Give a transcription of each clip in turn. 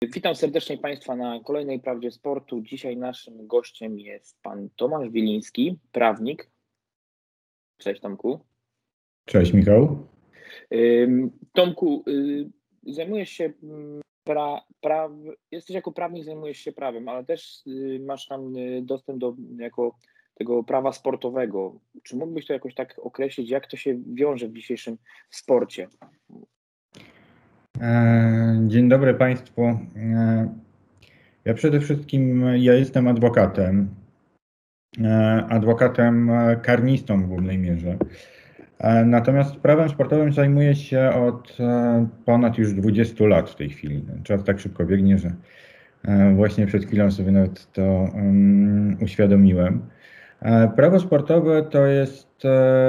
Witam serdecznie Państwa na kolejnej Prawdzie Sportu. Dzisiaj naszym gościem jest pan Tomasz Biliński, prawnik. Cześć Tomku. Cześć Michał. Tomku, zajmujesz się jesteś jako prawnik, zajmujesz się prawem, ale też masz tam dostęp do jako tego prawa sportowego. Czy mógłbyś to jakoś tak określić, jak to się wiąże w dzisiejszym sporcie? Dzień dobry Państwu. Ja przede wszystkim jestem adwokatem karnistą w głównej mierze. Natomiast prawem sportowym zajmuję się od ponad już 20 lat w tej chwili. Czas tak szybko biegnie, że właśnie przed chwilą sobie nawet to uświadomiłem. Prawo sportowe to jest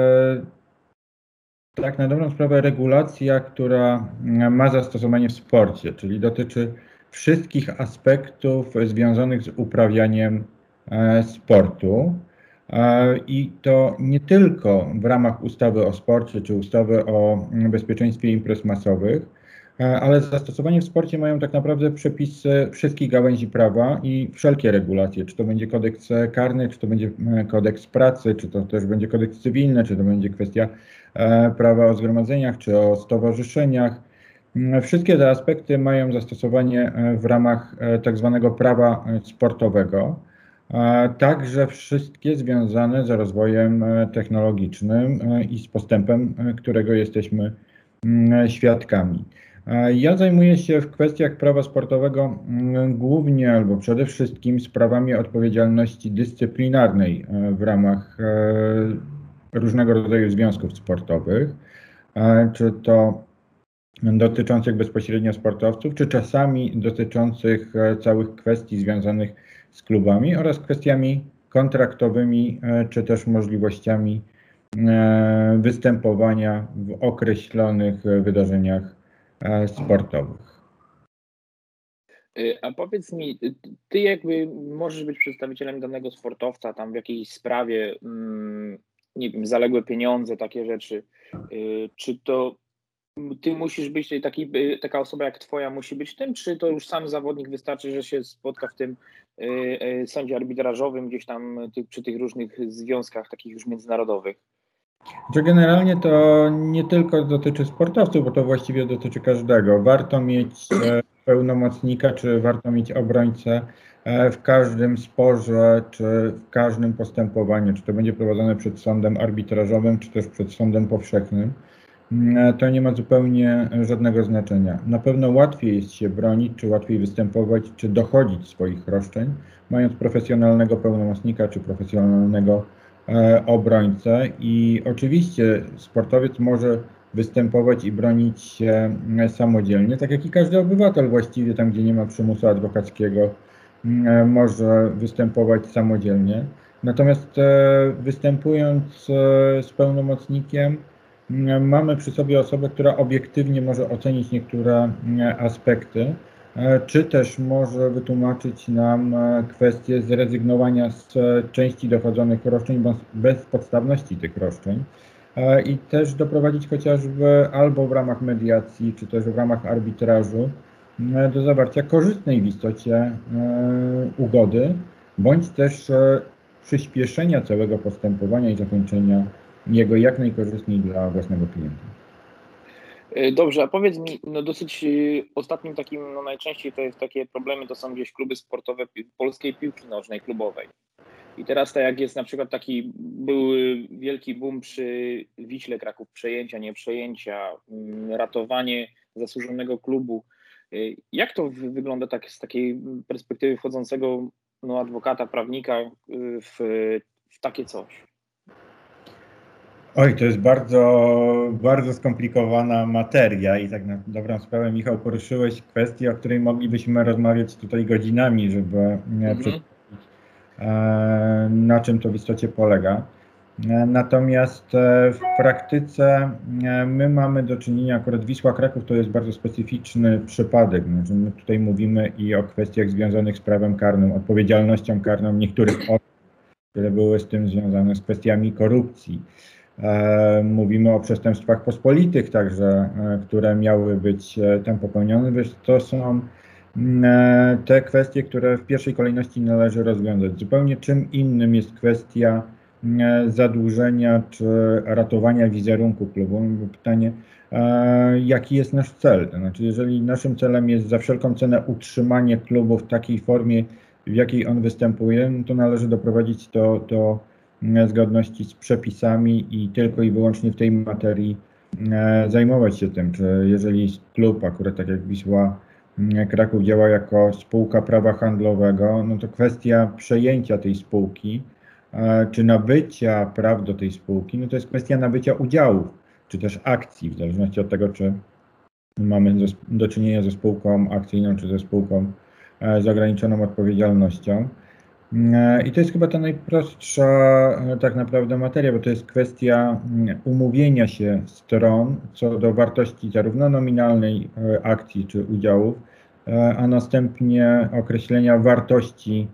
tak na dobrą sprawę regulacja, która ma zastosowanie w sporcie, czyli dotyczy wszystkich aspektów związanych z uprawianiem sportu. I to nie tylko w ramach ustawy o sporcie czy ustawy o bezpieczeństwie imprez masowych, ale zastosowanie w sporcie mają tak naprawdę przepisy wszystkich gałęzi prawa i wszelkie regulacje, czy to będzie kodeks karny, czy to będzie kodeks pracy, czy to też będzie kodeks cywilny, czy to będzie kwestia prawa o zgromadzeniach, czy o stowarzyszeniach. Wszystkie te aspekty mają zastosowanie w ramach tak zwanego prawa sportowego, także wszystkie związane z rozwojem technologicznym i z postępem, którego jesteśmy świadkami. Ja zajmuję się w kwestiach prawa sportowego głównie albo przede wszystkim sprawami odpowiedzialności dyscyplinarnej w ramach różnego rodzaju związków sportowych, czy to dotyczących bezpośrednio sportowców, czy czasami dotyczących całych kwestii związanych z klubami oraz kwestiami kontraktowymi, czy też możliwościami występowania w określonych wydarzeniach sportowych. A powiedz mi, ty jakby możesz być przedstawicielem danego sportowca tam w jakiejś sprawie, nie wiem, zaległe pieniądze, takie rzeczy. Czy to ty musisz być taka osoba jak twoja musi być tym, czy to już sam zawodnik wystarczy, że się spotka w tym sądzie arbitrażowym gdzieś tam przy tych różnych związkach takich już międzynarodowych? Że generalnie to nie tylko dotyczy sportowców, bo to właściwie dotyczy każdego. Warto mieć pełnomocnika, czy warto mieć obrońcę w każdym sporze, czy w każdym postępowaniu, czy to będzie prowadzone przed sądem arbitrażowym, czy też przed sądem powszechnym. To nie ma zupełnie żadnego znaczenia. Na pewno łatwiej jest się bronić, czy łatwiej występować, czy dochodzić swoich roszczeń, mając profesjonalnego pełnomocnika, czy profesjonalnego obrońcę. I oczywiście sportowiec może występować i bronić się samodzielnie, tak jak i każdy obywatel właściwie, tam gdzie nie ma przymusu adwokackiego, może występować samodzielnie. Natomiast występując z pełnomocnikiem, mamy przy sobie osobę, która obiektywnie może ocenić niektóre aspekty, czy też może wytłumaczyć nam kwestię zrezygnowania z części dochodzonych roszczeń bez podstawności tych roszczeń i też doprowadzić chociażby albo w ramach mediacji, czy też w ramach arbitrażu do zawarcia korzystnej w istocie ugody, bądź też przyspieszenia całego postępowania i zakończenia jego jak najkorzystniej dla własnego klienta. Dobrze, a powiedz mi, no dosyć ostatnim takim, no najczęściej to jest takie problemy, to są gdzieś kluby sportowe polskiej piłki nożnej, klubowej. I teraz tak jak jest na przykład był wielki boom przy Wiśle Kraków, przejęcia, nie przejęcia, ratowanie zasłużonego klubu. Jak to wygląda tak z takiej perspektywy wchodzącego adwokata, prawnika w takie coś? Oj, to jest bardzo, bardzo skomplikowana materia i tak na dobrą sprawę, Michał, poruszyłeś kwestię, o której moglibyśmy rozmawiać tutaj godzinami, żeby przedstawić, na czym to w istocie polega. Natomiast w praktyce my mamy do czynienia, akurat Wisła Kraków to jest bardzo specyficzny przypadek. Znaczy my tutaj mówimy i o kwestiach związanych z prawem karnym, odpowiedzialnością karną niektórych osób, które były z tym związane, z kwestiami korupcji. Mówimy o przestępstwach pospolitych także, które miały być tam popełnione. To są te kwestie, które w pierwszej kolejności należy rozwiązać. Zupełnie czym innym jest kwestia zadłużenia czy ratowania wizerunku klubu. Bo pytanie, jaki jest nasz cel? To znaczy, jeżeli naszym celem jest za wszelką cenę utrzymanie klubu w takiej formie, w jakiej on występuje, no to należy doprowadzić do zgodności z przepisami i tylko i wyłącznie w tej materii zajmować się tym, czy jeżeli klub, akurat tak jak Wisła Kraków, działa jako spółka prawa handlowego, no to kwestia przejęcia tej spółki, czy nabycia praw do tej spółki, no to jest kwestia nabycia udziałów, czy też akcji, w zależności od tego, czy mamy do czynienia ze spółką akcyjną, czy ze spółką z ograniczoną odpowiedzialnością. I to jest chyba ta najprostsza tak naprawdę materia, bo to jest kwestia umówienia się stron co do wartości zarówno nominalnej akcji czy udziałów, a następnie określenia wartości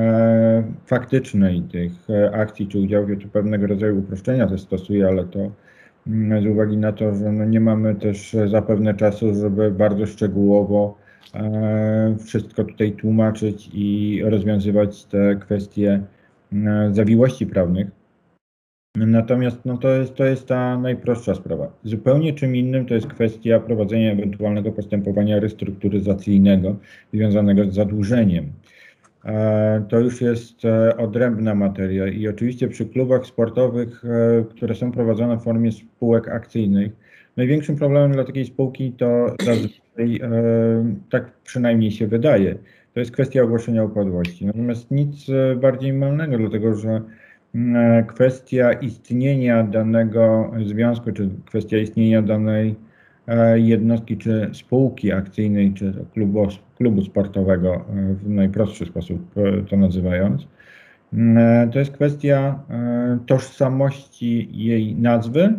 faktycznej tych akcji czy udziałów. Ja tu pewnego rodzaju uproszczenia też stosuję, ale to z uwagi na to, że no nie mamy też zapewne czasu, żeby bardzo szczegółowo wszystko tutaj tłumaczyć i rozwiązywać te kwestie zawiłości prawnych. Natomiast no to jest ta najprostsza sprawa. Zupełnie czym innym to jest kwestia prowadzenia ewentualnego postępowania restrukturyzacyjnego związanego z zadłużeniem. To już jest odrębna materia i oczywiście przy klubach sportowych, które są prowadzone w formie spółek akcyjnych, największym problemem dla takiej spółki to zazwyczaj, tak przynajmniej się wydaje, to jest kwestia ogłoszenia upadłości. Natomiast nic bardziej mylnego, dlatego że kwestia istnienia danego związku, czy kwestia istnienia danej jednostki, czy spółki akcyjnej, czy klubu sportowego, w najprostszy sposób to nazywając, to jest kwestia tożsamości jej nazwy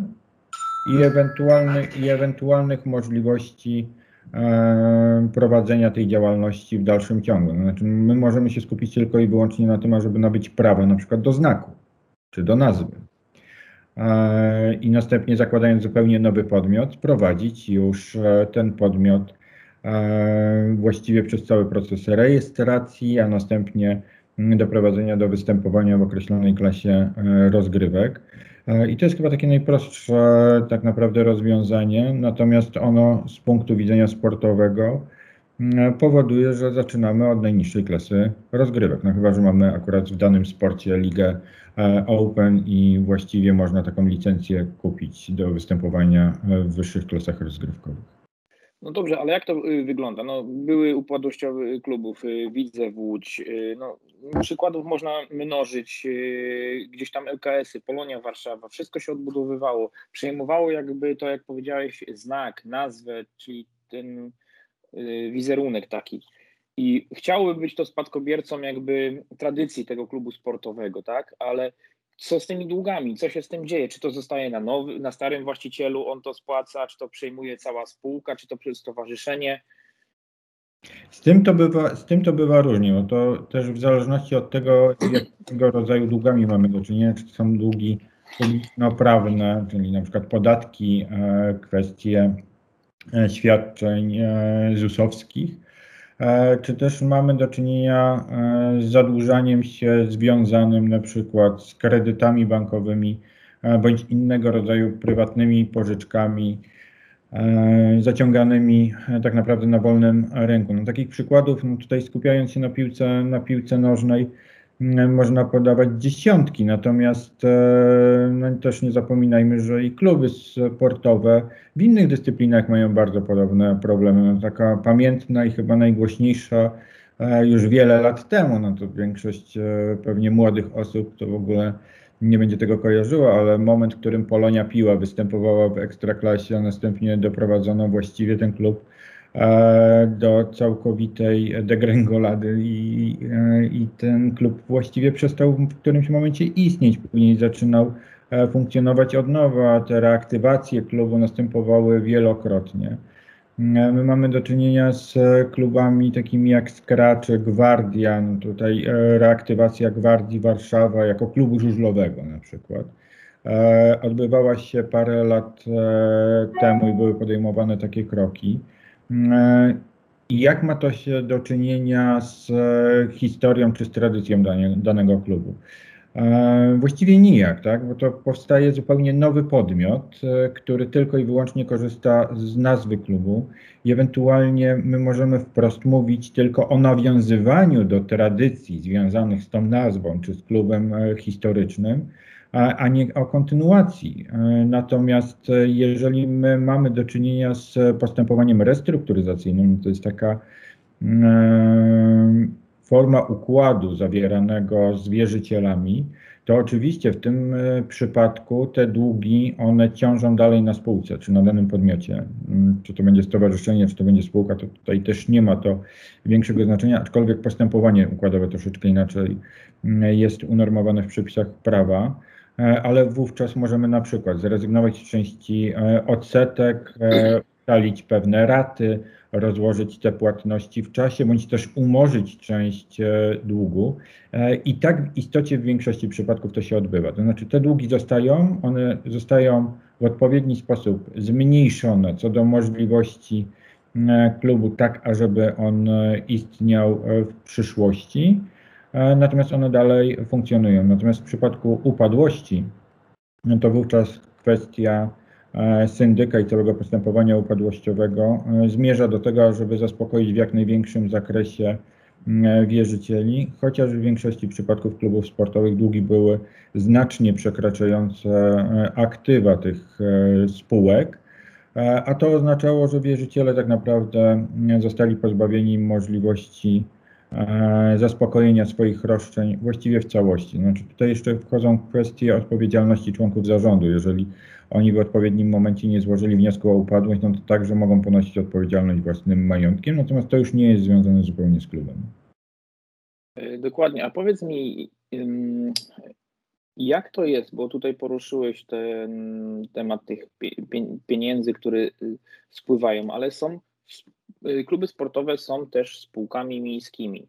i ewentualnych możliwości prowadzenia tej działalności w dalszym ciągu. Znaczy, my możemy się skupić tylko i wyłącznie na tym, ażeby nabyć prawo na przykład do znaku, czy do nazwy. I następnie zakładając zupełnie nowy podmiot, prowadzić już ten podmiot właściwie przez cały proces rejestracji, a następnie doprowadzenia do występowania w określonej klasie rozgrywek. I to jest chyba takie najprostsze tak naprawdę rozwiązanie, natomiast ono z punktu widzenia sportowego powoduje, że zaczynamy od najniższej klasy rozgrywek. No chyba że mamy akurat w danym sporcie ligę Open i właściwie można taką licencję kupić do występowania w wyższych klasach rozgrywkowych. No dobrze, ale jak to wygląda? No, były upadłościowe klubów, Widzew, Łódź, no, przykładów można mnożyć, gdzieś tam LKS-y, Polonia Warszawa, wszystko się odbudowywało, przejmowało jakby to, jak powiedziałeś, znak, nazwę, czyli ten wizerunek taki. I chciałoby być to spadkobiercą jakby tradycji tego klubu sportowego, tak? Ale co z tymi długami? Co się z tym dzieje? Czy to zostaje na starym właścicielu, on to spłaca, czy to przejmuje cała spółka, czy to przez stowarzyszenie? Z tym to bywa różnie, bo to też w zależności od tego, jakiego rodzaju długami mamy do czynienia, czy to są długi publiczno-prawne, czyli na przykład podatki, kwestie świadczeń ZUS-owskich, czy też mamy do czynienia z zadłużaniem się związanym na przykład z kredytami bankowymi bądź innego rodzaju prywatnymi pożyczkami zaciąganymi tak naprawdę na wolnym rynku. No, takich przykładów, no tutaj skupiając się na piłce nożnej, można podawać dziesiątki, natomiast no, też nie zapominajmy, że i kluby sportowe w innych dyscyplinach mają bardzo podobne problemy. No, taka pamiętna i chyba najgłośniejsza już wiele lat temu, no to większość pewnie młodych osób to w ogóle nie będzie tego kojarzyła, ale moment, w którym Polonia Piła występowała w Ekstraklasie, a następnie doprowadzono właściwie ten klub do całkowitej degrengolady i ten klub właściwie przestał w którymś momencie istnieć. Później zaczynał funkcjonować od nowa, a te reaktywacje klubu następowały wielokrotnie. My mamy do czynienia z klubami takimi jak Skra czy Gwardia. No tutaj reaktywacja Gwardii Warszawa jako klubu żużlowego na przykład odbywała się parę lat temu i były podejmowane takie kroki. I jak ma to się do czynienia z historią czy z tradycją danego klubu? Właściwie nijak, tak? Bo to powstaje zupełnie nowy podmiot, który tylko i wyłącznie korzysta z nazwy klubu i ewentualnie my możemy wprost mówić tylko o nawiązywaniu do tradycji związanych z tą nazwą czy z klubem historycznym, a nie o kontynuacji. Natomiast jeżeli my mamy do czynienia z postępowaniem restrukturyzacyjnym, to jest taka forma układu zawieranego z wierzycielami, to oczywiście w tym przypadku te długi, one ciążą dalej na spółce, czy na danym podmiocie. Czy to będzie stowarzyszenie, czy to będzie spółka, to tutaj też nie ma to większego znaczenia, aczkolwiek postępowanie układowe troszeczkę inaczej jest unormowane w przepisach prawa, ale wówczas możemy na przykład zrezygnować z części odsetek, ustalić pewne raty, rozłożyć te płatności w czasie, bądź też umorzyć część długu. I tak w istocie w większości przypadków to się odbywa. To znaczy te długi zostają, one zostają w odpowiedni sposób zmniejszone co do możliwości klubu, tak ażeby on istniał w przyszłości, natomiast one dalej funkcjonują. Natomiast w przypadku upadłości, no to wówczas kwestia syndyka i całego postępowania upadłościowego zmierza do tego, żeby zaspokoić w jak największym zakresie wierzycieli, chociaż w większości przypadków klubów sportowych długi były znacznie przekraczające aktywa tych spółek, a to oznaczało, że wierzyciele tak naprawdę zostali pozbawieni możliwości zaspokojenia swoich roszczeń właściwie w całości. Znaczy tutaj jeszcze wchodzą kwestie odpowiedzialności członków zarządu. Jeżeli oni w odpowiednim momencie nie złożyli wniosku o upadłość, no to także mogą ponosić odpowiedzialność własnym majątkiem, natomiast to już nie jest związane zupełnie z klubem. Dokładnie, a powiedz mi, jak to jest, bo tutaj poruszyłeś ten temat tych pieniędzy, które spływają, ale kluby sportowe są też spółkami miejskimi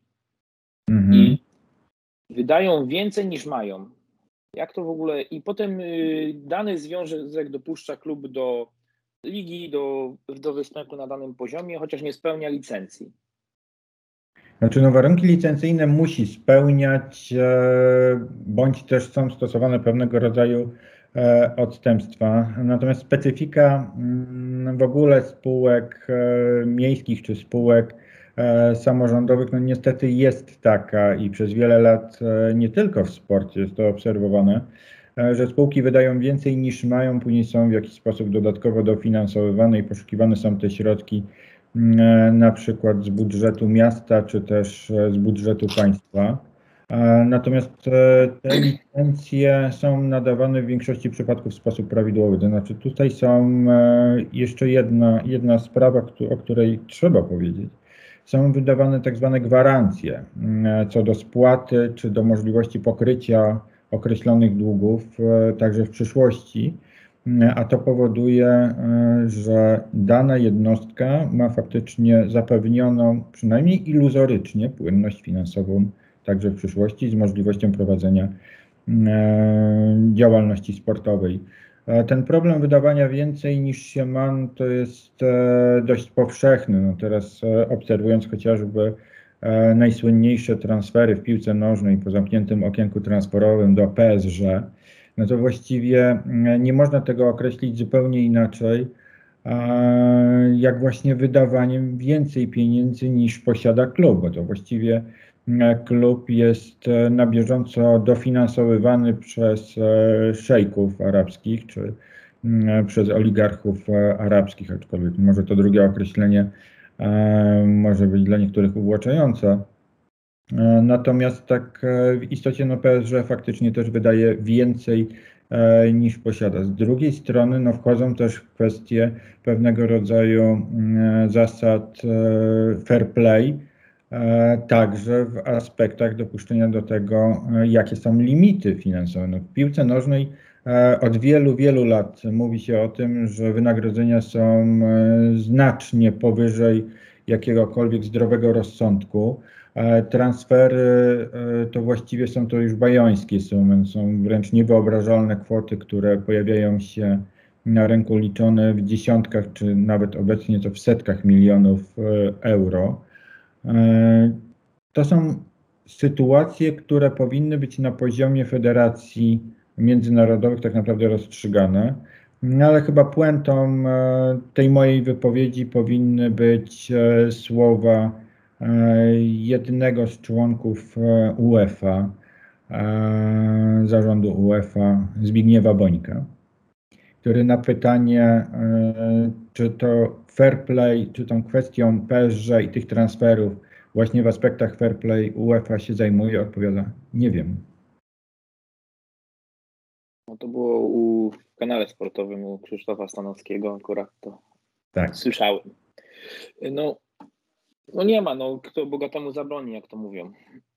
i wydają więcej niż mają. Jak to w ogóle? I potem dany związek dopuszcza klub do ligi, do występu na danym poziomie, chociaż nie spełnia licencji. Znaczy, no warunki licencyjne musi spełniać, bądź też są stosowane pewnego rodzaju odstępstwa. Natomiast specyfika w ogóle spółek miejskich czy spółek samorządowych, no niestety jest taka i przez wiele lat nie tylko w sporcie jest to obserwowane, że spółki wydają więcej niż mają, później są w jakiś sposób dodatkowo dofinansowywane i poszukiwane są te środki na przykład z budżetu miasta, czy też z budżetu państwa. Natomiast te licencje są nadawane w większości przypadków w sposób prawidłowy. To znaczy tutaj są jeszcze jedna sprawa, o której trzeba powiedzieć. Są wydawane tak zwane gwarancje co do spłaty, czy do możliwości pokrycia określonych długów także w przyszłości. A to powoduje, że dana jednostka ma faktycznie zapewnioną, przynajmniej iluzorycznie, płynność finansową także w przyszłości z możliwością prowadzenia działalności sportowej. Ten problem wydawania więcej niż się ma, to jest dość powszechny. No teraz obserwując chociażby najsłynniejsze transfery w piłce nożnej po zamkniętym okienku transferowym do PSG, no to właściwie nie można tego określić zupełnie inaczej, jak właśnie wydawaniem więcej pieniędzy niż posiada klub, bo to właściwie klub jest na bieżąco dofinansowywany przez szejków arabskich, czy przez oligarchów arabskich, aczkolwiek może to drugie określenie może być dla niektórych uwłaczające. Natomiast tak w istocie no PSG faktycznie też wydaje więcej niż posiada. Z drugiej strony no wchodzą też w kwestie pewnego rodzaju zasad fair play, także w aspektach dopuszczenia do tego, jakie są limity finansowe. No, w piłce nożnej od wielu, wielu lat mówi się o tym, że wynagrodzenia są znacznie powyżej jakiegokolwiek zdrowego rozsądku. Transfery to właściwie są to już bajońskie sumy, są wręcz niewyobrażalne kwoty, które pojawiają się na rynku liczone w dziesiątkach, czy nawet obecnie to w setkach milionów euro. To są sytuacje, które powinny być na poziomie federacji międzynarodowych tak naprawdę rozstrzygane. No ale chyba puentą tej mojej wypowiedzi powinny być słowa jednego z członków UEFA, zarządu UEFA, Zbigniewa Bońka, który na pytanie, czy to fair play, czy tą kwestią PSG i tych transferów właśnie w aspektach fair play UEFA się zajmuje, odpowiada: nie wiem. No to było w kanale sportowym u Krzysztofa Stanowskiego, akurat to Tak. słyszałem. No nie ma, no kto bogatemu zabroni, jak to mówią.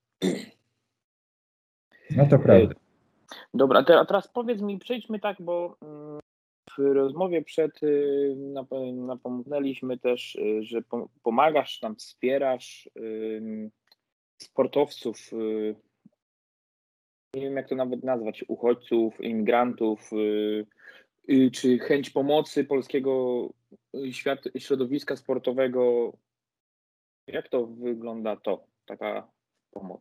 No to prawda. Dobra, a teraz powiedz mi, przejdźmy tak, bo w rozmowie przed napomknęliśmy też, że pomagasz tam, wspierasz sportowców, nie wiem jak to nawet nazwać, uchodźców, imigrantów, czy chęć pomocy polskiego środowiska sportowego. Jak to wygląda, taka pomoc?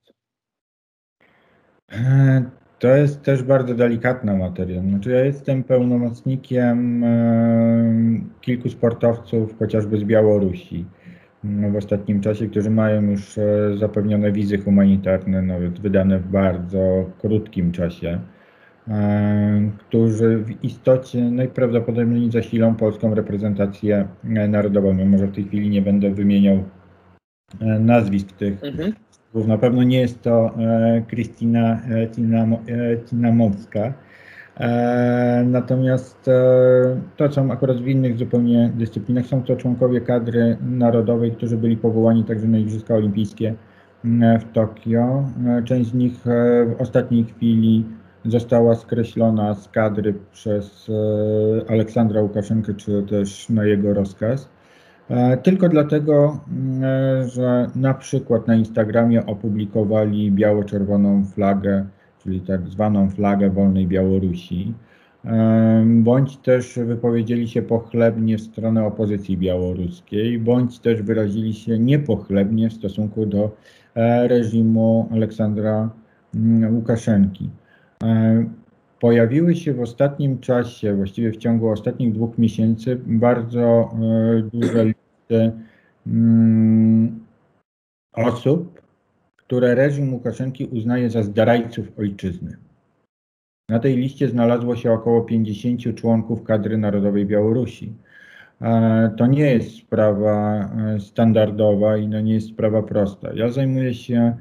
To jest też bardzo delikatna materia. Znaczy, ja jestem pełnomocnikiem kilku sportowców, chociażby z Białorusi w ostatnim czasie, którzy mają już zapewnione wizy humanitarne, nawet wydane w bardzo krótkim czasie, którzy w istocie najprawdopodobniej zasilą polską reprezentację narodową. Może w tej chwili nie będę wymieniał nazwisk tych. Na pewno nie jest to Krystyna Tinamowska. Natomiast to są akurat w innych zupełnie dyscyplinach. Są to członkowie kadry narodowej, którzy byli powołani także na Igrzyska Olimpijskie w Tokio. Część z nich w ostatniej chwili została skreślona z kadry przez Aleksandra Łukaszenkę, czy też na jego rozkaz. Tylko dlatego, że na przykład na Instagramie opublikowali biało-czerwoną flagę, czyli tak zwaną flagę wolnej Białorusi, bądź też wypowiedzieli się pochlebnie w stronę opozycji białoruskiej, bądź też wyrazili się niepochlebnie w stosunku do reżimu Aleksandra Łukaszenki. Pojawiły się w ostatnim czasie, właściwie w ciągu ostatnich 2 miesięcy, bardzo duże listy osób, które reżim Łukaszenki uznaje za zdrajców ojczyzny. Na tej liście znalazło się około 50 członków kadry narodowej Białorusi. To nie jest sprawa standardowa i nie jest sprawa prosta. Ja zajmuję się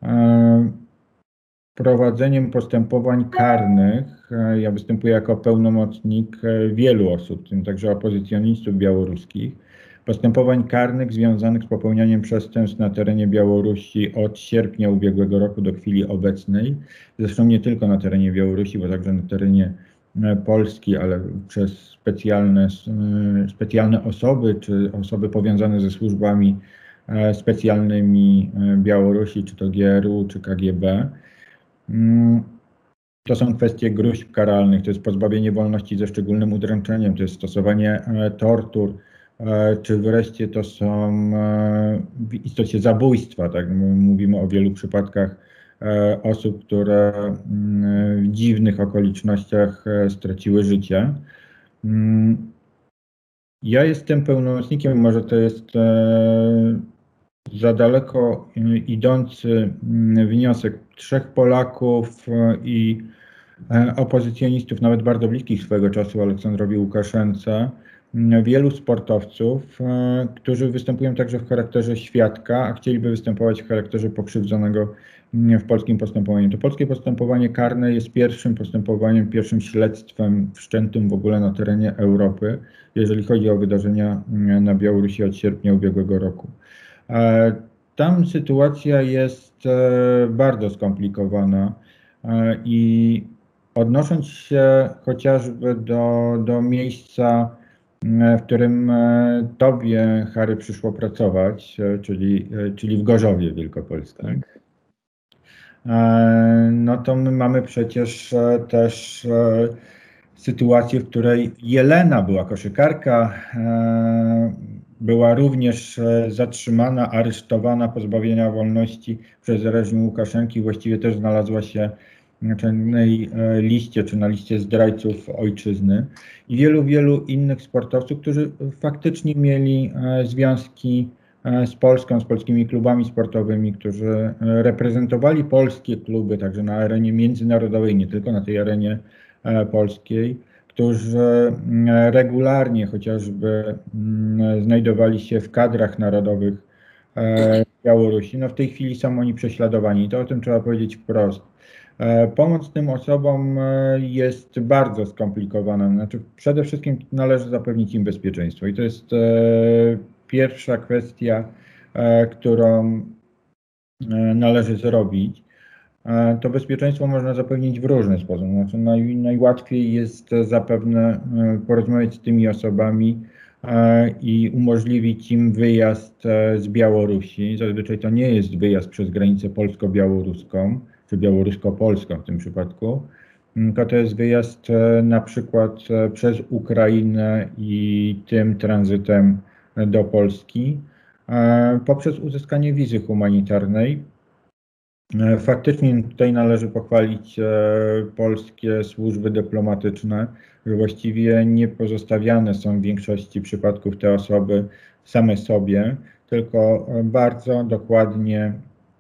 prowadzeniem postępowań karnych. Ja występuję jako pełnomocnik wielu osób, w tym także opozycjonistów białoruskich. Postępowań karnych związanych z popełnianiem przestępstw na terenie Białorusi od sierpnia ubiegłego roku do chwili obecnej. Zresztą nie tylko na terenie Białorusi, bo także na terenie Polski, ale przez specjalne osoby, czy osoby powiązane ze służbami specjalnymi Białorusi, czy to GRU, czy KGB. To są kwestie gróźb karalnych, to jest pozbawienie wolności ze szczególnym udręczeniem, to jest stosowanie tortur, czy wreszcie to są w istocie zabójstwa. Tak? Mówimy o wielu przypadkach osób, które w dziwnych okolicznościach straciły życie. Ja jestem pełnomocnikiem, może to jest za daleko idący wniosek, 3 Polaków i opozycjonistów, nawet bardzo bliskich swego czasu Aleksandrowi Łukaszence, wielu sportowców, którzy występują także w charakterze świadka, a chcieliby występować w charakterze pokrzywdzonego w polskim postępowaniu. To polskie postępowanie karne jest pierwszym postępowaniem, pierwszym śledztwem wszczętym w ogóle na terenie Europy, jeżeli chodzi o wydarzenia na Białorusi od sierpnia ubiegłego roku. Tam sytuacja jest bardzo skomplikowana i odnosząc się chociażby do miejsca, w którym tobie, Harry, przyszło pracować, czyli w Gorzowie Wielkopolskim, tak. No to my mamy przecież też sytuację, w której Jelena była koszykarka, była również zatrzymana, aresztowana, pozbawienia wolności przez reżim Łukaszenki. Właściwie też znalazła się na czarnej liście, czy na liście zdrajców ojczyzny. I wielu innych sportowców, którzy faktycznie mieli związki z Polską, z polskimi klubami sportowymi, którzy reprezentowali polskie kluby także na arenie międzynarodowej, nie tylko na tej arenie polskiej, którzy regularnie chociażby znajdowali się w kadrach narodowych Białorusi. No w tej chwili są oni prześladowani i to o tym trzeba powiedzieć wprost. Pomoc tym osobom jest bardzo skomplikowana. Znaczy, przede wszystkim należy zapewnić im bezpieczeństwo i to jest pierwsza kwestia, którą należy zrobić. To bezpieczeństwo można zapewnić w różny sposób. Znaczy, najłatwiej jest zapewne porozmawiać z tymi osobami i umożliwić im wyjazd z Białorusi. Zazwyczaj to nie jest wyjazd przez granicę polsko-białoruską, czy białorusko-polską w tym przypadku, tylko to jest wyjazd na przykład przez Ukrainę i tym tranzytem do Polski poprzez uzyskanie wizy humanitarnej. Faktycznie tutaj należy pochwalić polskie służby dyplomatyczne, że właściwie nie pozostawiane są w większości przypadków te osoby same sobie, tylko bardzo dokładnie,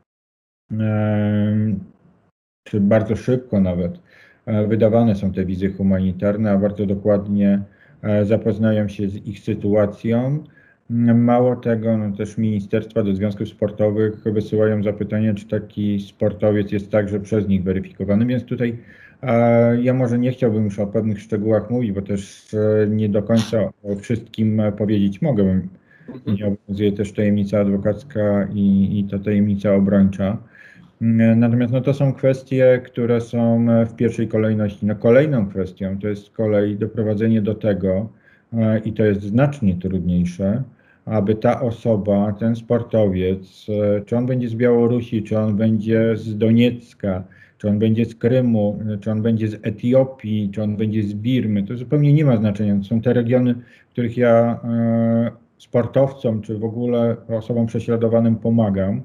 czy bardzo szybko nawet wydawane są te wizy humanitarne, a bardzo dokładnie zapoznają się z ich sytuacją. Mało tego, no też ministerstwa do związków sportowych wysyłają zapytania, czy taki sportowiec jest także przez nich weryfikowany, więc tutaj ja może nie chciałbym już o pewnych szczegółach mówić, bo też nie do końca o wszystkim powiedzieć mogę. Mnie obowiązuje też tajemnica adwokacka i ta tajemnica obrończa. Natomiast no, to są kwestie, które są w pierwszej kolejności. No, kolejną kwestią to jest z kolei doprowadzenie do tego, i to jest znacznie trudniejsze, aby ta osoba, ten sportowiec, czy on będzie z Białorusi, czy on będzie z Doniecka, czy on będzie z Krymu, czy on będzie z Etiopii, czy on będzie z Birmy, to zupełnie nie ma znaczenia. To są te regiony, w których ja sportowcom, czy w ogóle osobom prześladowanym pomagam.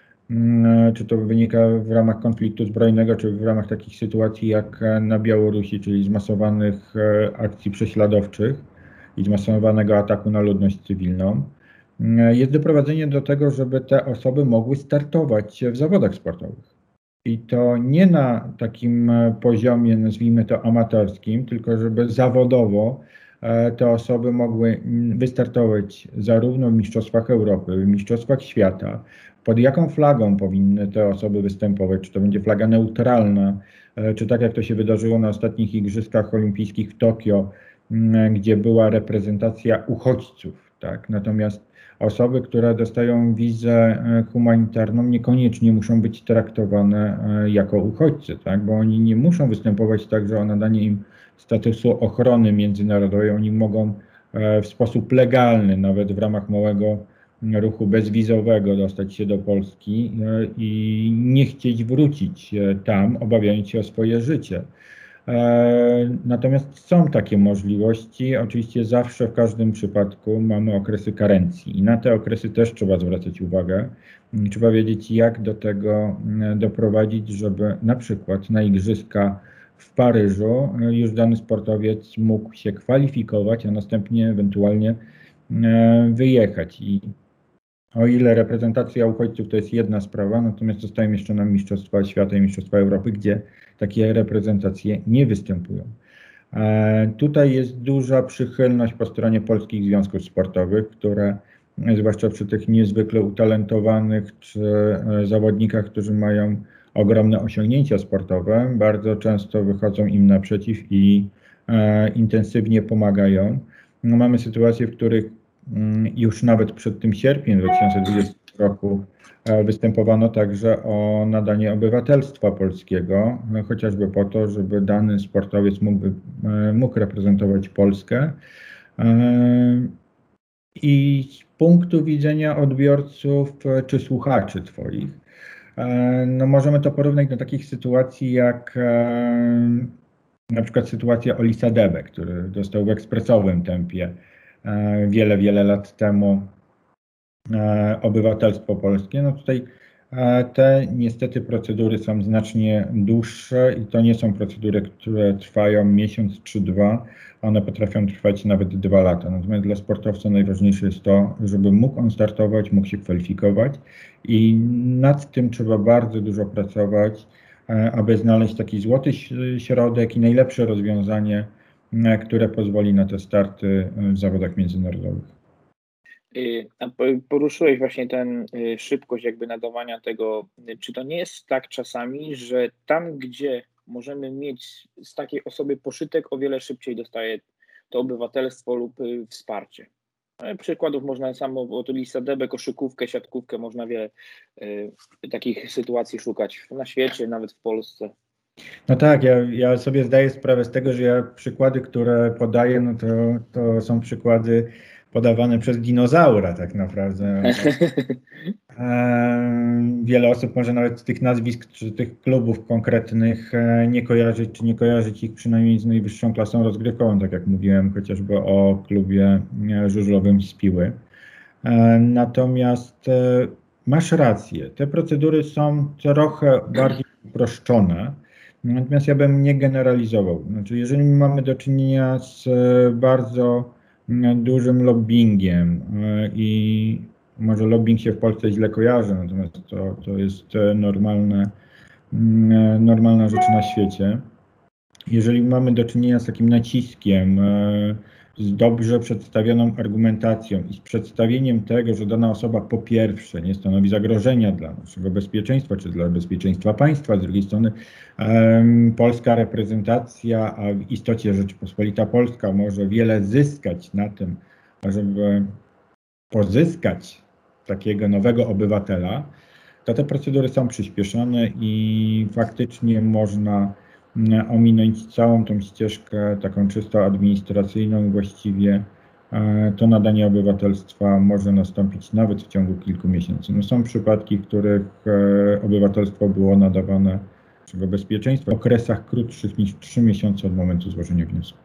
Czy to wynika w ramach konfliktu zbrojnego, czy w ramach takich sytuacji jak na Białorusi, czyli zmasowanych akcji prześladowczych i zmasowanego ataku na ludność cywilną, jest doprowadzenie do tego, żeby te osoby mogły startować w zawodach sportowych. I to nie na takim poziomie, nazwijmy to amatorskim, tylko żeby zawodowo te osoby mogły wystartować zarówno w Mistrzostwach Europy, w Mistrzostwach Świata. Pod jaką flagą powinny te osoby występować? Czy to będzie flaga neutralna, czy tak jak to się wydarzyło na ostatnich Igrzyskach Olimpijskich w Tokio, gdzie była reprezentacja uchodźców, tak? Natomiast osoby, które dostają wizę humanitarną, niekoniecznie muszą być traktowane jako uchodźcy, tak? Bo oni nie muszą występować także o nadanie im statusu ochrony międzynarodowej. Oni mogą w sposób legalny, nawet w ramach małego ruchu bezwizowego, dostać się do Polski i nie chcieć wrócić tam, obawiając się o swoje życie. Natomiast są takie możliwości. Oczywiście zawsze w każdym przypadku mamy okresy karencji i na te okresy też trzeba zwracać uwagę. Trzeba wiedzieć, jak do tego doprowadzić, żeby na przykład na igrzyska w Paryżu już dany sportowiec mógł się kwalifikować, a następnie ewentualnie wyjechać. I o ile reprezentacja uchodźców to jest jedna sprawa, natomiast zostają jeszcze nam Mistrzostwa Świata i Mistrzostwa Europy, gdzie takie reprezentacje nie występują. Tutaj jest duża przychylność po stronie polskich związków sportowych, które zwłaszcza przy tych niezwykle utalentowanych czy zawodnikach, którzy mają ogromne osiągnięcia sportowe, bardzo często wychodzą im naprzeciw i intensywnie pomagają. No, mamy sytuacje, w których już nawet przed tym sierpniem 2020 roku występowano także o nadanie obywatelstwa polskiego, chociażby po to, żeby dany sportowiec mógł reprezentować Polskę. I z punktu widzenia odbiorców czy słuchaczy Twoich, no możemy to porównać do takich sytuacji jak na przykład sytuacja Olisa Debe, który dostał w ekspresowym tempie wiele lat temu obywatelstwo polskie. No tutaj te niestety procedury są znacznie dłuższe i to nie są procedury, które trwają miesiąc czy dwa, one potrafią trwać nawet 2 lata. Natomiast dla sportowca najważniejsze jest to, żeby mógł on startować, mógł się kwalifikować i nad tym trzeba bardzo dużo pracować, aby znaleźć taki złoty środek i najlepsze rozwiązanie, które pozwoli na te starty w zawodach międzynarodowych. A poruszyłeś właśnie tę szybkość jakby nadawania tego. Czy to nie jest tak czasami, że tam, gdzie możemy mieć z takiej osoby poszytek, o wiele szybciej dostaje to obywatelstwo lub wsparcie? Przykładów można samo od Olisa Debe, koszykówkę, siatkówkę, można wiele takich sytuacji szukać na świecie, nawet w Polsce. No tak, ja sobie zdaję sprawę z tego, że ja przykłady, które podaję, no to są przykłady podawane przez dinozaura tak naprawdę. Wiele osób może nawet z tych nazwisk czy tych klubów konkretnych nie kojarzyć, czy nie kojarzyć ich przynajmniej z najwyższą klasą rozgrywkową, tak jak mówiłem chociażby o klubie żużlowym z Piły. Natomiast masz rację, te procedury są trochę bardziej uproszczone, natomiast ja bym nie generalizował. Znaczy, jeżeli mamy do czynienia z bardzo dużym lobbyingiem i może lobbying się w Polsce źle kojarzy, natomiast to jest normalna rzecz na świecie. Jeżeli mamy do czynienia z takim naciskiem, z dobrze przedstawioną argumentacją i z przedstawieniem tego, że dana osoba po pierwsze nie stanowi zagrożenia dla naszego bezpieczeństwa, czy dla bezpieczeństwa państwa, z drugiej strony polska reprezentacja, a w istocie Rzeczypospolita Polska może wiele zyskać na tym, żeby pozyskać takiego nowego obywatela, to te procedury są przyspieszone i faktycznie można ominąć całą tą ścieżkę taką czysto administracyjną. Właściwie to nadanie obywatelstwa może nastąpić nawet w ciągu kilku miesięcy. No są przypadki, w których obywatelstwo było nadawane naszego bezpieczeństwa w okresach krótszych niż 3 miesiące od momentu złożenia wniosku.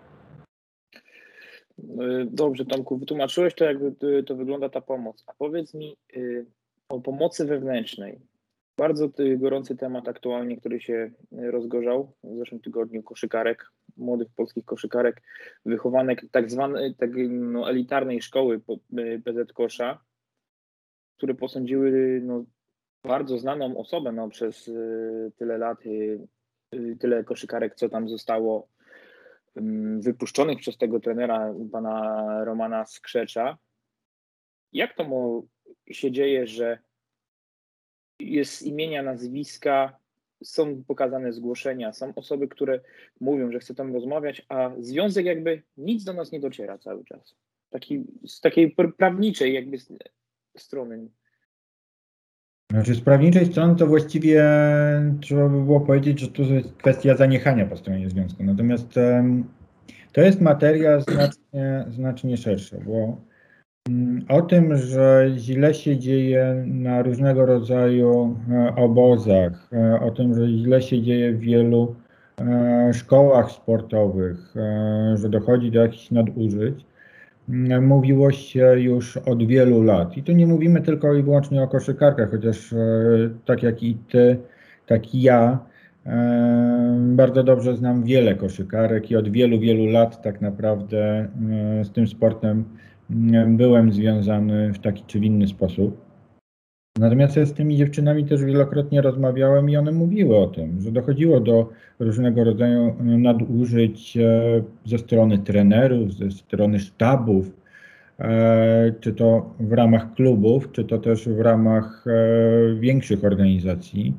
Dobrze, Tomku, wytłumaczyłeś to, jak to wygląda ta pomoc. A powiedz mi o pomocy wewnętrznej. Bardzo gorący temat aktualnie, który się rozgorzał w zeszłym tygodniu, koszykarek, młodych polskich koszykarek, wychowanek tak zwanej elitarnej szkoły PZ Kosza, które posądziły bardzo znaną osobę przez tyle lat, tyle koszykarek, co tam zostało wypuszczonych przez tego trenera, pana Romana Skrzecza. Jak to się dzieje, że jest imienia, nazwiska, są pokazane zgłoszenia, są osoby, które mówią, że chcą tam rozmawiać, a związek jakby nic do nas nie dociera cały czas. Z takiej prawniczej jakby strony. Znaczy z prawniczej strony to właściwie trzeba by było powiedzieć, że to jest kwestia zaniechania po stronie związku. Natomiast to jest materia znacznie szersza, bo o tym, że źle się dzieje na różnego rodzaju obozach, o tym, że źle się dzieje w wielu szkołach sportowych, że dochodzi do jakichś nadużyć, mówiło się już od wielu lat. I tu nie mówimy tylko i wyłącznie o koszykarkach, chociaż tak jak i ty, tak i ja, bardzo dobrze znam wiele koszykarek i od wielu lat tak naprawdę z tym sportem byłem związany w taki czy w inny sposób. Natomiast ja z tymi dziewczynami też wielokrotnie rozmawiałem i one mówiły o tym, że dochodziło do różnego rodzaju nadużyć ze strony trenerów, ze strony sztabów, czy to w ramach klubów, czy to też w ramach większych organizacji.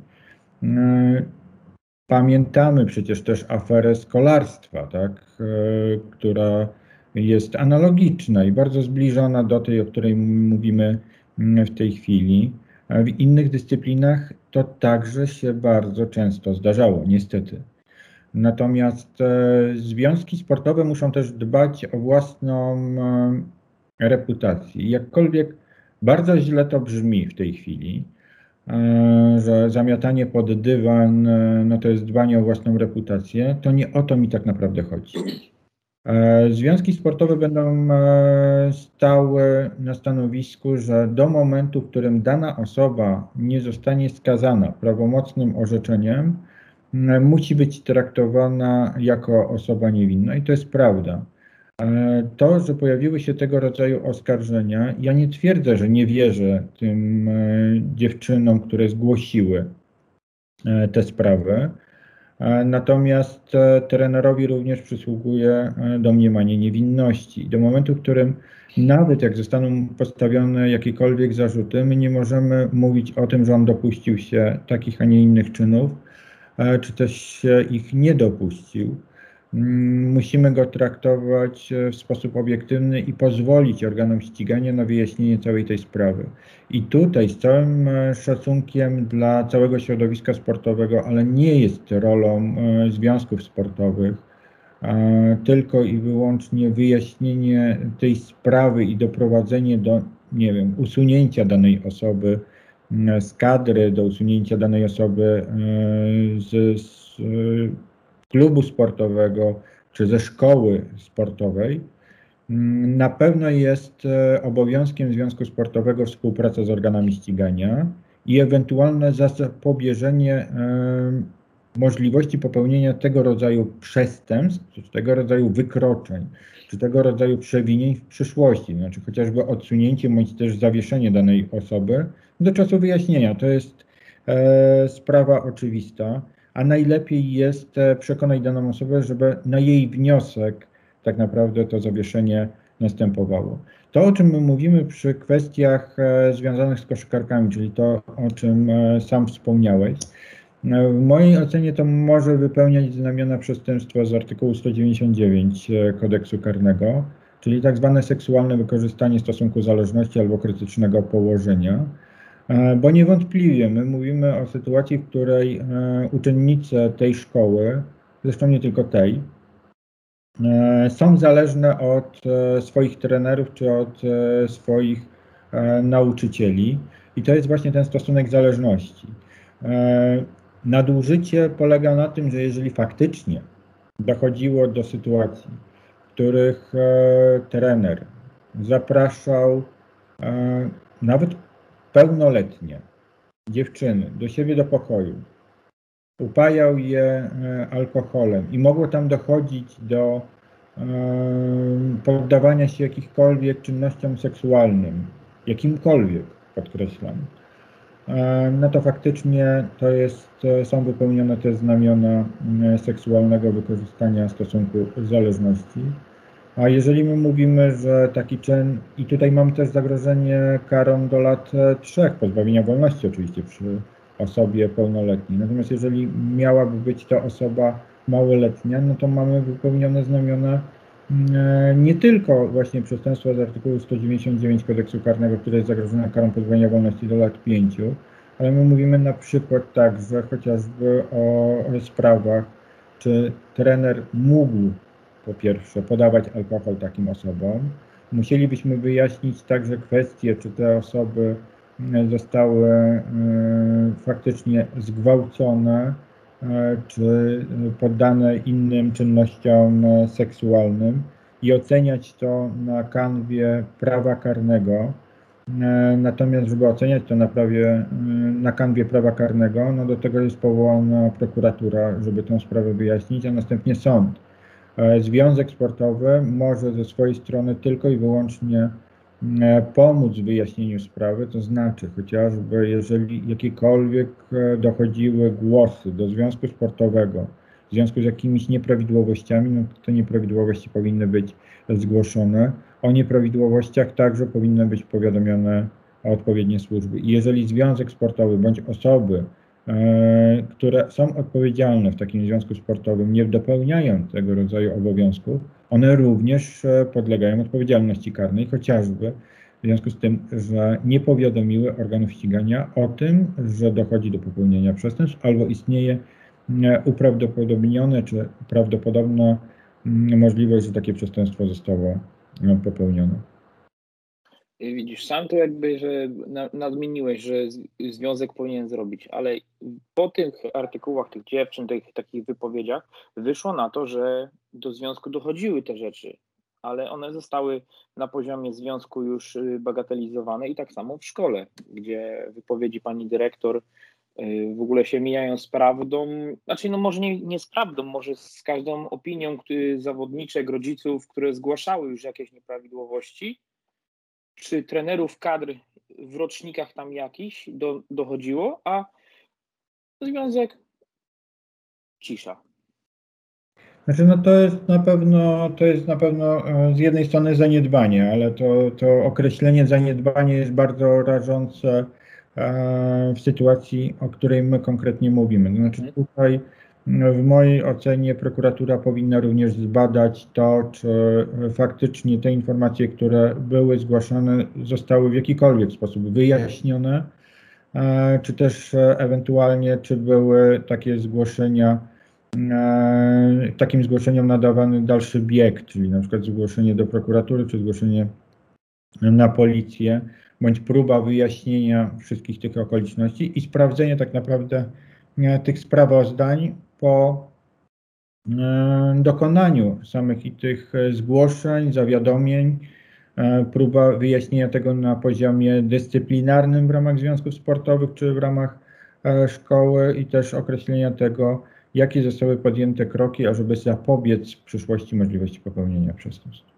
Pamiętamy przecież też aferę stolarstwa, tak, która jest analogiczna i bardzo zbliżona do tej, o której mówimy w tej chwili. W innych dyscyplinach to także się bardzo często zdarzało, niestety. Natomiast związki sportowe muszą też dbać o własną reputację. Jakkolwiek bardzo źle to brzmi w tej chwili, że zamiatanie pod dywan no to jest dbanie o własną reputację, to nie o to mi tak naprawdę chodzi. Związki sportowe będą stały na stanowisku, że do momentu, w którym dana osoba nie zostanie skazana prawomocnym orzeczeniem, musi być traktowana jako osoba niewinna i to jest prawda. To, że pojawiły się tego rodzaju oskarżenia, ja nie twierdzę, że nie wierzę tym dziewczynom, które zgłosiły te sprawy. Natomiast trenerowi również przysługuje domniemanie niewinności. Do momentu, w którym nawet jak zostaną postawione jakiekolwiek zarzuty, my nie możemy mówić o tym, że on dopuścił się takich, a nie innych czynów, czy też się ich nie dopuścił. Musimy go traktować w sposób obiektywny i pozwolić organom ścigania na wyjaśnienie całej tej sprawy. I tutaj z całym szacunkiem dla całego środowiska sportowego, ale nie jest rolą związków sportowych, tylko i wyłącznie wyjaśnienie tej sprawy i doprowadzenie do, nie wiem, usunięcia danej osoby z kadry, do usunięcia danej osoby z klubu sportowego czy ze szkoły sportowej, na pewno jest obowiązkiem związku sportowego współpraca z organami ścigania i ewentualne zapobieżenie możliwości popełnienia tego rodzaju przestępstw, czy tego rodzaju wykroczeń, czy tego rodzaju przewinień w przyszłości, znaczy chociażby odsunięcie bądź też zawieszenie danej osoby do czasu wyjaśnienia. To jest sprawa oczywista, a najlepiej jest przekonać daną osobę, żeby na jej wniosek tak naprawdę to zawieszenie następowało. To, o czym my mówimy przy kwestiach związanych z koszykarkami, czyli to, o czym sam wspomniałeś, w mojej ocenie to może wypełniać znamiona przestępstwa z artykułu 199 kodeksu karnego, czyli tak zwane seksualne wykorzystanie stosunku zależności albo krytycznego położenia, bo niewątpliwie my mówimy o sytuacji, w której uczennice tej szkoły, zresztą nie tylko tej, są zależne od swoich trenerów czy od swoich nauczycieli i to jest właśnie ten stosunek zależności. Nadużycie polega na tym, że jeżeli faktycznie dochodziło do sytuacji, w których trener zapraszał nawet pełnoletnie dziewczyny do siebie do pokoju, upajał je alkoholem i mogło tam dochodzić do poddawania się jakichkolwiek czynnościom seksualnym, jakimkolwiek, podkreślam, no to faktycznie są wypełnione te znamiona seksualnego wykorzystania stosunku zależności. A jeżeli my mówimy, że taki czyn, i tutaj mamy też zagrożenie karą do lat 3 pozbawienia wolności oczywiście przy osobie pełnoletniej. Natomiast jeżeli miałaby być to osoba małoletnia, no to mamy wypełnione znamiona nie tylko właśnie przestępstwa z artykułu 199 kodeksu karnego, które jest zagrożone karą pozbawienia wolności do lat 5, ale my mówimy na przykład także chociażby o sprawach, czy trener mógł po pierwsze podawać alkohol takim osobom. Musielibyśmy wyjaśnić także kwestię, czy te osoby zostały faktycznie zgwałcone, czy poddane innym czynnościom seksualnym i oceniać to na kanwie prawa karnego. Natomiast, żeby oceniać to na kanwie prawa karnego, no do tego jest powołana prokuratura, żeby tę sprawę wyjaśnić, a następnie sąd. Związek sportowy może ze swojej strony tylko i wyłącznie pomóc w wyjaśnieniu sprawy, to znaczy chociażby jeżeli jakiekolwiek dochodziły głosy do związku sportowego w związku z jakimiś nieprawidłowościami, no to te nieprawidłowości powinny być zgłoszone. O nieprawidłowościach także powinny być powiadomione odpowiednie służby. I jeżeli związek sportowy bądź osoby, które są odpowiedzialne w takim związku sportowym, nie dopełniają tego rodzaju obowiązków, one również podlegają odpowiedzialności karnej, chociażby w związku z tym, że nie powiadomiły organów ścigania o tym, że dochodzi do popełnienia przestępstw albo istnieje uprawdopodobnione czy prawdopodobna możliwość, że takie przestępstwo zostało popełnione. Widzisz, sam to jakby, że nadmieniłeś, że związek powinien zrobić, ale po tych artykułach tych dziewczyn, tych takich wypowiedziach wyszło na to, że do związku dochodziły te rzeczy, ale one zostały na poziomie związku już bagatelizowane i tak samo w szkole, gdzie wypowiedzi pani dyrektor w ogóle się mijają z prawdą, znaczy no może nie z prawdą, może z każdą opinią zawodniczek, rodziców, które zgłaszały już jakieś nieprawidłowości, czy trenerów kadr w rocznikach tam jakichś dochodziło, a związek cisza. Znaczy, no to jest na pewno z jednej strony zaniedbanie, ale to określenie zaniedbanie jest bardzo rażące w sytuacji, o której my konkretnie mówimy. To znaczy tutaj w mojej ocenie prokuratura powinna również zbadać to, czy faktycznie te informacje, które były zgłaszane, zostały w jakikolwiek sposób wyjaśnione, czy też ewentualnie, czy były takie zgłoszenia, takim zgłoszeniom nadawany dalszy bieg, czyli na przykład zgłoszenie do prokuratury, czy zgłoszenie na policję, bądź próba wyjaśnienia wszystkich tych okoliczności i sprawdzenie tak naprawdę tych sprawozdań po dokonaniu samych i tych zgłoszeń, zawiadomień, próba wyjaśnienia tego na poziomie dyscyplinarnym w ramach związków sportowych czy w ramach szkoły i też określenia tego, jakie zostały podjęte kroki, ażeby zapobiec w przyszłości możliwości popełnienia przestępstw.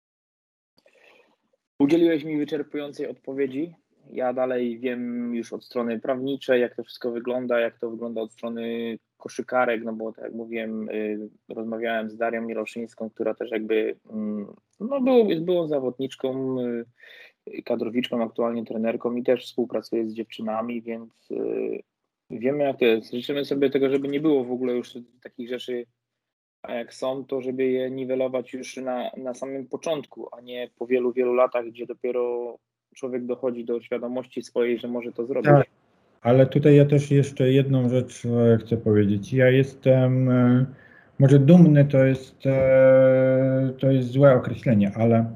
Udzieliłeś mi wyczerpującej odpowiedzi. Ja dalej wiem już od strony prawniczej, jak to wszystko wygląda, jak to wygląda od strony koszykarek, no bo tak jak mówiłem, rozmawiałem z Darią Miloszyńską, która też jakby no była zawodniczką, kadrowiczką, aktualnie trenerką i też współpracuje z dziewczynami, więc wiemy jak to jest. Życzymy sobie tego, żeby nie było w ogóle już takich rzeczy, a jak są, to żeby je niwelować już na samym początku, a nie po wielu, wielu latach, gdzie dopiero człowiek dochodzi do świadomości swojej, że może to zrobić. Tak, ale tutaj ja też jeszcze jedną rzecz chcę powiedzieć. Ja jestem, może dumny to jest złe określenie, ale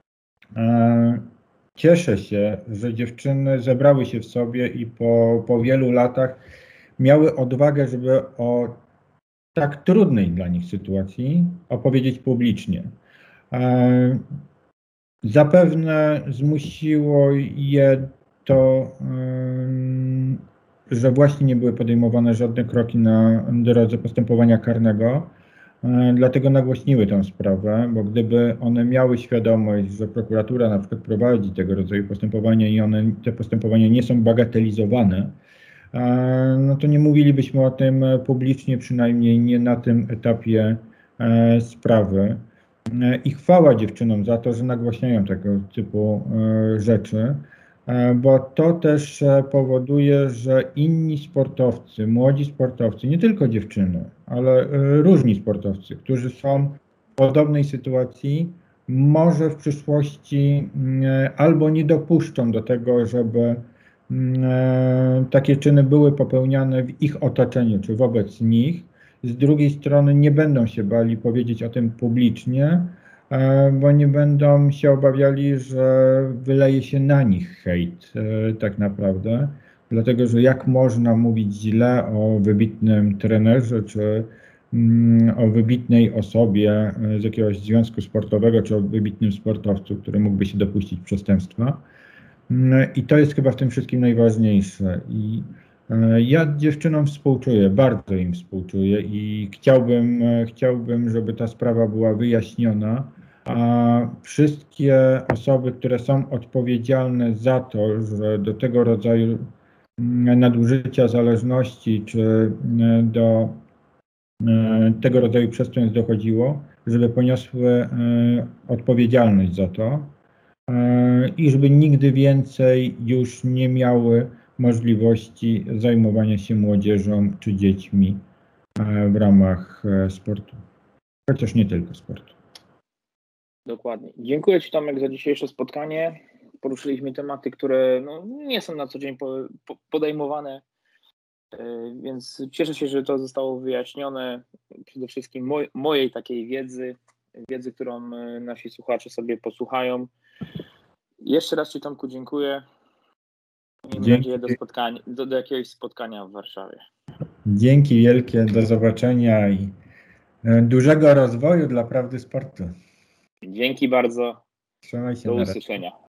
cieszę się, że dziewczyny zebrały się w sobie i po wielu latach miały odwagę, żeby o tak trudnej dla nich sytuacji opowiedzieć publicznie. Zapewne zmusiło je to, że właśnie nie były podejmowane żadne kroki na drodze postępowania karnego, dlatego nagłośniły tę sprawę, bo gdyby one miały świadomość, że prokuratura na przykład prowadzi tego rodzaju postępowania i te postępowania nie są bagatelizowane, no to nie mówilibyśmy o tym publicznie, przynajmniej nie na tym etapie sprawy. I chwała dziewczynom za to, że nagłaśniają tego typu rzeczy, bo to też powoduje, że inni sportowcy, młodzi sportowcy, nie tylko dziewczyny, ale różni sportowcy, którzy są w podobnej sytuacji, może w przyszłości albo nie dopuszczą do tego, żeby takie czyny były popełniane w ich otoczeniu czy wobec nich. Z drugiej strony nie będą się bali powiedzieć o tym publicznie, bo nie będą się obawiali, że wyleje się na nich hejt tak naprawdę. Dlatego, że jak można mówić źle o wybitnym trenerze, czy o wybitnej osobie z jakiegoś związku sportowego, czy o wybitnym sportowcu, który mógłby się dopuścić przestępstwa. I to jest chyba w tym wszystkim najważniejsze. I ja dziewczynom współczuję, bardzo im współczuję i chciałbym, żeby ta sprawa była wyjaśniona, a wszystkie osoby, które są odpowiedzialne za to, że do tego rodzaju nadużycia zależności, czy do tego rodzaju przestępstw dochodziło, żeby poniosły odpowiedzialność za to i żeby nigdy więcej już nie miały możliwości zajmowania się młodzieżą czy dziećmi w ramach sportu, chociaż nie tylko sportu. Dokładnie. Dziękuję Ci, Tomek, za dzisiejsze spotkanie. Poruszyliśmy tematy, które no, nie są na co dzień podejmowane, więc cieszę się, że to zostało wyjaśnione. Przede wszystkim mojej takiej wiedzy, którą nasi słuchacze sobie posłuchają. Jeszcze raz Ci, Tomku, dziękuję. Miejmy Dzięki. nadzieję do jakiegoś spotkania w Warszawie. Dzięki wielkie, do zobaczenia i dużego rozwoju dla prawdy sportu. Dzięki bardzo. Trzymaj się, Do na razie. usłyszenia.